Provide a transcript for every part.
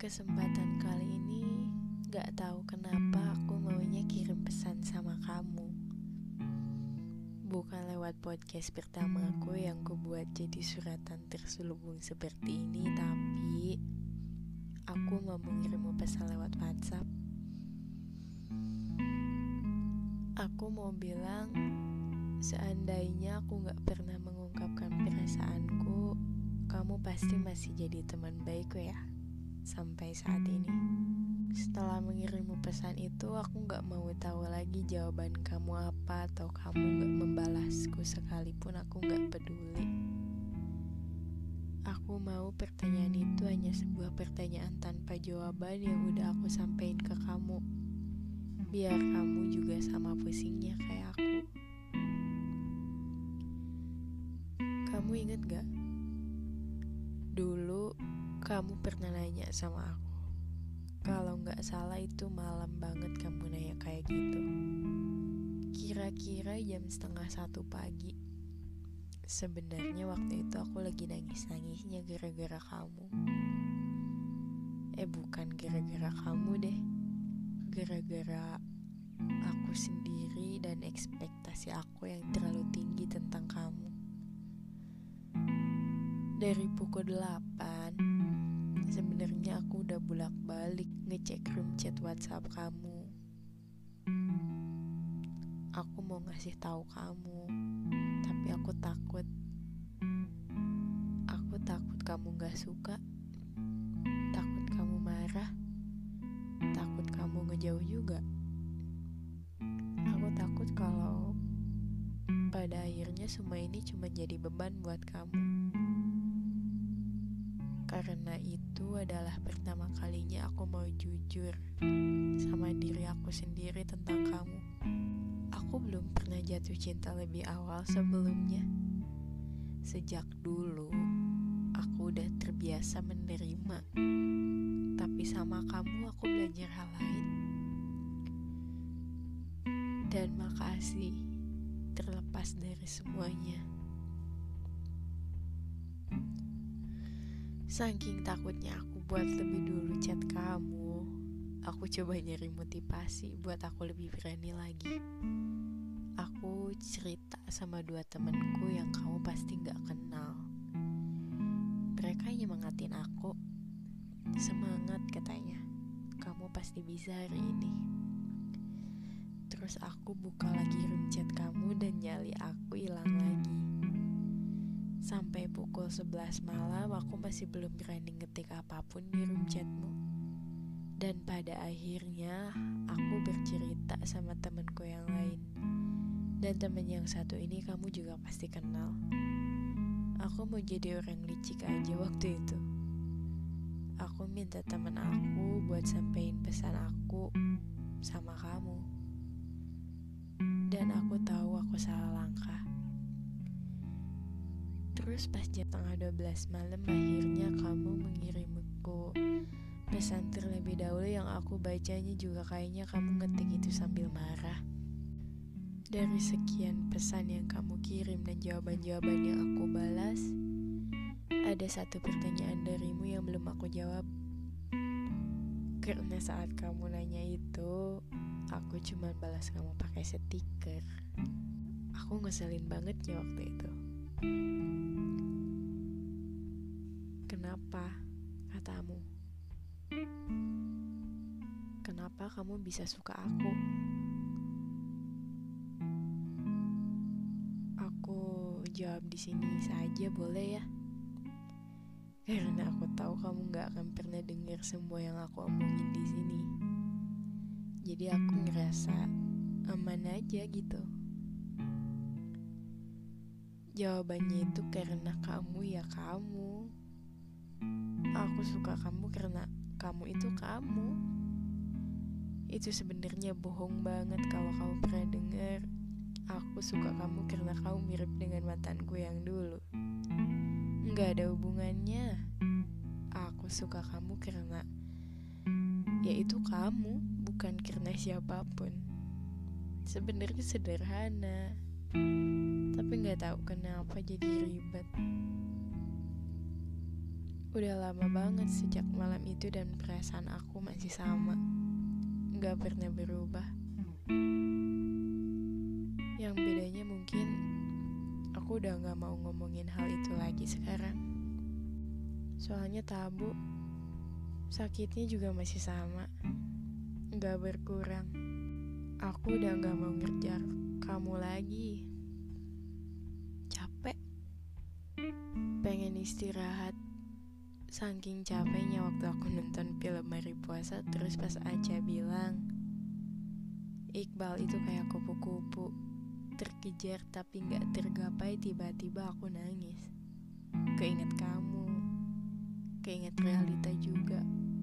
kesempatan kali ini gak tahu kenapa aku maunya kirim pesan sama kamu. Bukan lewat podcast pertama aku yang kubuat jadi suratan terselubung seperti ini, tapi aku mau mengirimu pesan lewat WhatsApp. Aku mau bilang, seandainya aku gak pernah mengungkapkan perasaanku, kamu pasti masih jadi teman baikku ya, sampai saat ini. Setelah mengirimmu pesan itu, aku gak mau tahu lagi jawaban kamu apa, atau kamu gak membalasku sekalipun aku gak peduli. Aku mau pertanyaan itu hanya sebuah pertanyaan tanpa jawaban yang udah aku sampein ke kamu, biar kamu juga sama pusingnya kayak aku. Kamu inget gak? Dulu kamu pernah nanya sama aku. Kalau gak salah itu malam banget kamu nanya kayak gitu. Kira-kira jam 12:30 pagi. Sebenarnya waktu itu aku lagi nangis-nangisnya gara-gara kamu. Bukan gara-gara kamu deh. Gara-gara aku sendiri dan ekspektasi aku yang terlalu tinggi tentang kamu. Dari pukul 8 sebenarnya aku udah bolak-balik ngecek room chat WhatsApp kamu. Aku mau ngasih tahu kamu, tapi aku takut. Aku takut kamu gak suka, takut kamu marah, takut kamu ngejauh juga. Aku takut kalau pada akhirnya semua ini cuma jadi beban buat kamu. Karena itu adalah pertama kalinya aku mau jujur sama diri aku sendiri tentang kamu. Aku belum pernah jatuh cinta lebih awal sebelumnya. Sejak dulu aku udah terbiasa menerima, tapi sama kamu aku belajar hal lain. Dan makasih, terlepas dari semuanya. Saking takutnya aku buat lebih dulu chat kamu, aku coba nyari motivasi buat aku lebih berani lagi. Aku cerita sama 2 temanku yang kamu pasti gak kenal. Mereka nyemangatin aku. Semangat katanya, kamu pasti bisa hari ini. Terus aku buka lagi room chat kamu dan nyali aku hilang lagi. Sampai pukul 11 malam aku masih belum berani ngetik apapun di room chatmu. Dan pada akhirnya aku bercerita sama temanku yang lain. Dan teman yang satu ini kamu juga pasti kenal. Aku mau jadi orang licik aja waktu itu. Aku minta teman aku buat sampein pesan aku sama kamu. Dan aku tahu aku salah langkah. Terus pas jam 11:30 malam akhirnya kamu mengirimku pesan terlebih dahulu yang aku bacanya juga kayaknya kamu ngetik itu sambil marah. Dari sekian pesan yang kamu kirim dan jawaban-jawaban yang aku balas, ada satu pertanyaan darimu yang belum aku jawab. Karena saat kamu nanya itu, aku cuma balas kamu pakai stiker. Aku ngeselin banget ya waktu itu. Kenapa, katamu? Kenapa kamu bisa suka aku? Aku jawab di sini saja boleh ya? Karena aku tahu kamu gak akan pernah dengar semua yang aku omongin di sini. Jadi aku ngerasa aman aja gitu. Jawabannya itu karena kamu ya kamu. Aku suka kamu karena kamu itu kamu. Itu sebenarnya bohong banget kalau kamu pernah dengar. Aku suka kamu karena kamu mirip dengan mantanku yang dulu. Nggak ada hubungannya. Aku suka kamu karena yaitu kamu, bukan karena siapapun. Sebenarnya sederhana, tapi nggak tahu kenapa jadi ribet. Udah lama banget sejak malam itu dan perasaan aku masih sama, gak pernah berubah. Yang bedanya mungkin aku udah gak mau ngomongin hal itu lagi sekarang. Soalnya tabu, sakitnya juga masih sama, gak berkurang. Aku udah gak mau ngejar kamu lagi. Capek, pengen istirahat. Saking capeknya waktu aku nonton film hari puasa, terus pas Aca bilang Iqbal itu kayak kupu-kupu, terkejar tapi gak tergapai, tiba-tiba aku nangis. Keinget kamu, keinget realita juga.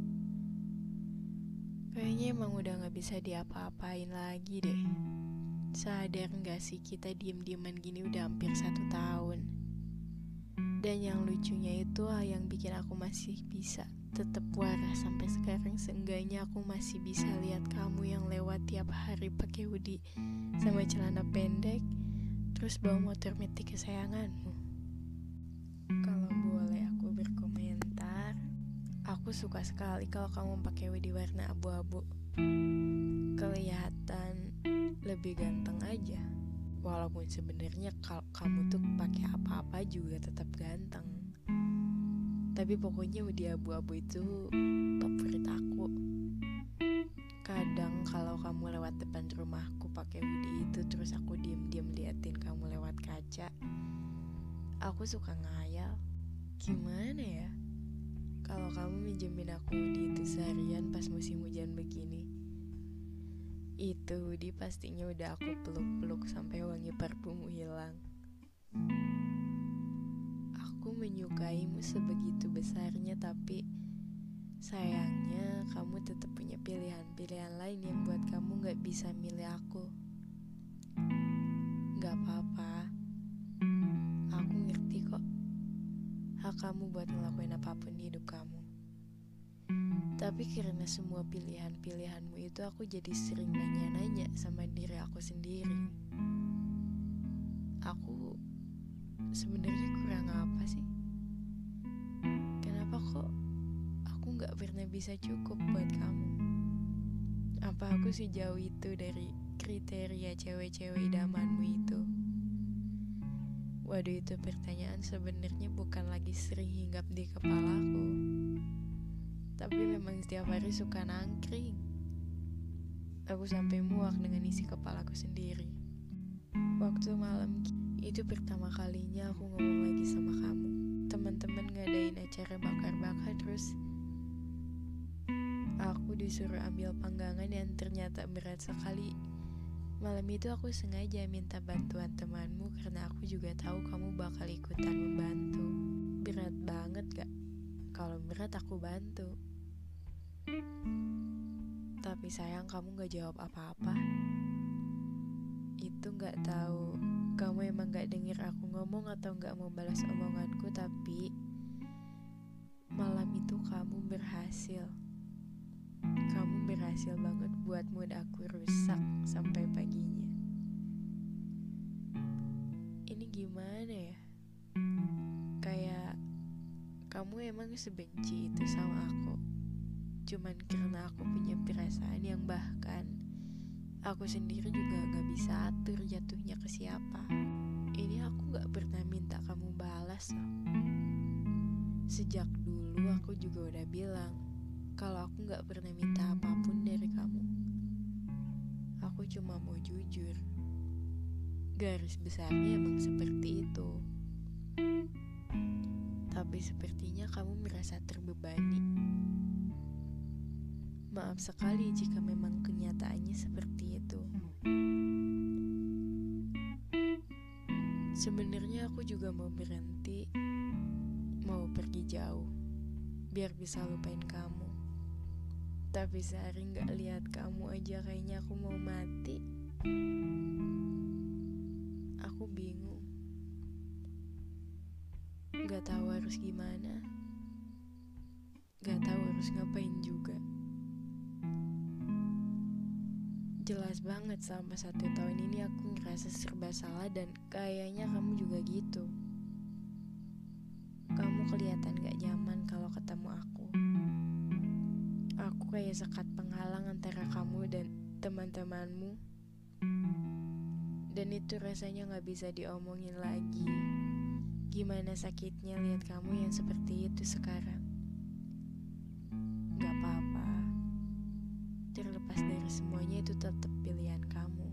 Kayaknya emang udah gak bisa diapa-apain lagi deh. Sadar gak sih kita diem-dieman gini udah hampir 1 tahun. Dan yang lucunya itu yang bikin aku masih bisa tetap waras sampai sekarang. Seenggaknya aku masih bisa lihat kamu yang lewat tiap hari pakai hoodie sama celana pendek, terus bawa motor metik kesayanganmu. Kalau boleh aku berkomentar, aku suka sekali kalau kamu pakai hoodie warna abu-abu. Kelihatan lebih ganteng aja. Walaupun sebenarnya kalau kamu tuh pakai apa-apa juga tetap ganteng. Tapi pokoknya hoodie abu-abu itu favorit aku. Kadang kalau kamu lewat depan rumahku pakai hoodie itu, terus aku diam-diam liatin kamu lewat kaca, aku suka ngayal, gimana ya kalau kamu minjemin aku hoodie itu seharian pas musim hujan begini. Itu hoodie pastinya udah aku peluk-peluk sampai wangi parfummu hilang. Aku menyukaimu sebegitu besarnya, tapi sayangnya kamu tetap punya pilihan-pilihan lain yang buat kamu gak bisa milih aku. Gak apa-apa, aku ngerti kok hak kamu buat ngelakuin apapun di hidup kamu. Tapi karena semua pilihan-pilihanmu itu, aku jadi sering nanya-nanya sama diri aku sendiri. Aku sebenarnya kurang apa sih? Kenapa kok aku gak pernah bisa cukup buat kamu? Apa aku sejauh itu dari kriteria cewek-cewek idamanmu itu? Waduh, itu pertanyaan sebenarnya bukan lagi sering hinggap di kepalaku, tapi memang setiap hari suka nangkring. Aku sampai muak dengan isi kepalaku sendiri. Waktu malam itu pertama kalinya aku ngomong lagi sama kamu. Teman-teman ngadain acara bakar-bakar, terus aku disuruh ambil panggangan yang ternyata berat sekali. Malam itu aku sengaja minta bantuan temanmu karena aku juga tahu kamu bakal ikutan membantu. Berat banget gak? Kalau berat aku bantu. Tapi sayang kamu gak jawab apa-apa. Itu gak tahu kamu emang gak denger aku ngomong atau gak mau balas omonganku, tapi malam itu kamu berhasil. Kamu berhasil banget buat mood aku rusak sampai paginya. Ini gimana ya? Kayak kamu emang sebenci itu sama aku cuman karena aku punya perasaan yang bahkan aku sendiri juga gak bisa atur jatuhnya ke siapa. Ini aku gak pernah minta kamu balas loh. Sejak dulu aku juga udah bilang kalau aku gak pernah minta apapun dari kamu. Aku cuma mau jujur. Garis besarnya emang seperti itu. Tapi sepertinya kamu merasa terbebani. Maaf sekali jika memang kenyataannya seperti itu. Sebenarnya aku juga mau berhenti, mau pergi jauh, biar bisa lupain kamu. Tapi sehari gak lihat kamu aja kayaknya aku mau mati. Aku bingung, gak tahu harus gimana, gak tahu harus ngapain juga. Jelas banget selama 1 tahun ini aku ngerasa serba salah, dan kayaknya kamu juga gitu. Kamu kamu kelihatan gak nyaman kalau ketemu aku. Aku kayak sekat penghalang antara kamu dan teman-temanmu. Dan itu rasanya gak bisa diomongin lagi. Gimana sakitnya lihat kamu yang seperti itu sekarang. Gak apa-apa. Terlepas dari semuanya, itu tetap pilihan kamu.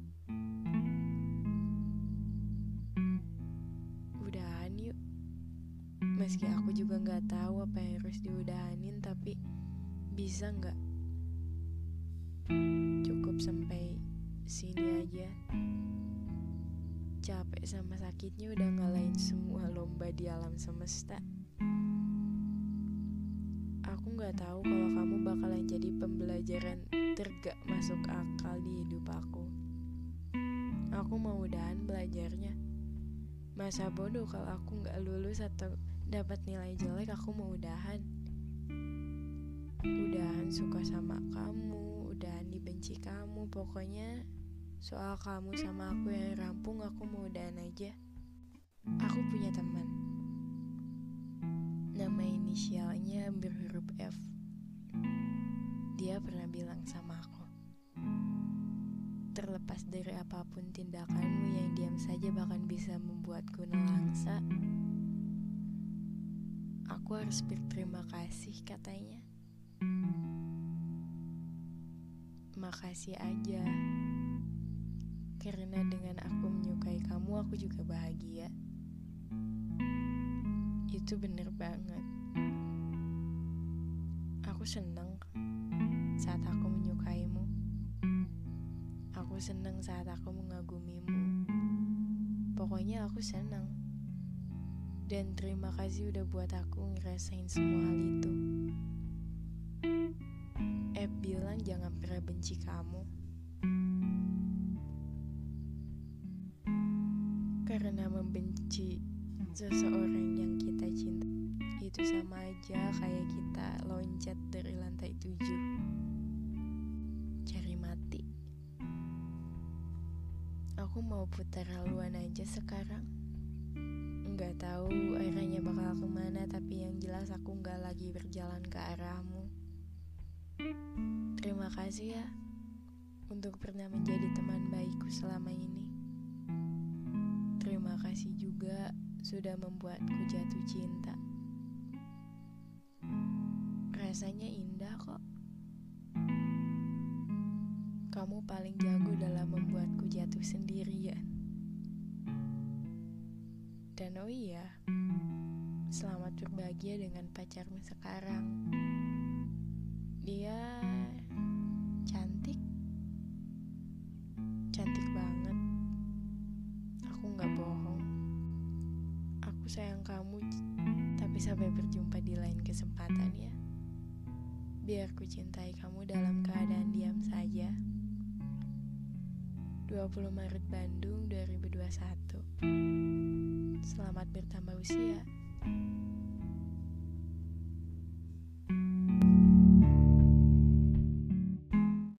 Udahan yuk. Meski aku juga gak tahu apa yang harus diudahanin, tapi bisa gak? Cukup sampai sini aja. Capek sama sakitnya udah ngalahin semua lomba di alam semesta. Aku gak tahu kalau kamu bakalan jadi pembelajaran tergak masuk akal di hidup aku. Aku mau udahan belajarnya. Masa bodoh kalau aku gak lulus atau dapat nilai jelek, aku mau udahan. Udahan suka sama kamu, udahan dibenci kamu. Pokoknya soal kamu sama aku yang rampung, aku mau udahan aja. Aku punya teman. Nama inisialnya berhuruf F. Dia pernah bilang sama aku, terlepas dari apapun tindakanmu yang diam saja bahkan bisa membuatku nelangsa, aku harus berterima kasih, katanya. Makasih aja. Karena dengan aku menyukai kamu, aku juga bahagia. Itu bener banget. Aku seneng saat aku menyukaimu. Aku seneng saat aku mengagumimu. Pokoknya aku seneng. Dan terima kasih udah buat aku ngerasain semua hal itu. Bilang jangan pernah benci kamu. Karena membenci seseorang yang kita cinta itu sama aja kayak kita loncat dari lantai 7 cari mati. Aku mau putar haluan aja sekarang. Nggak tahu arahnya bakal kemana, tapi yang jelas aku nggak lagi berjalan ke arahmu. Terima kasih ya untuk pernah menjadi teman baikku selama ini. Terima kasih juga sudah membuatku jatuh cinta. Rasanya indah kok. Kamu paling jago dalam membuatku jatuh sendirian. Dan oh iya, selamat berbahagia dengan pacarmu sekarang. Dia cantik banget. Aku gak bohong. Aku sayang kamu. Tapi sampai berjumpa di lain kesempatan ya. Biar ku cintai kamu dalam keadaan diam saja. 20 Maret Bandung 2021. Selamat bertambah usia.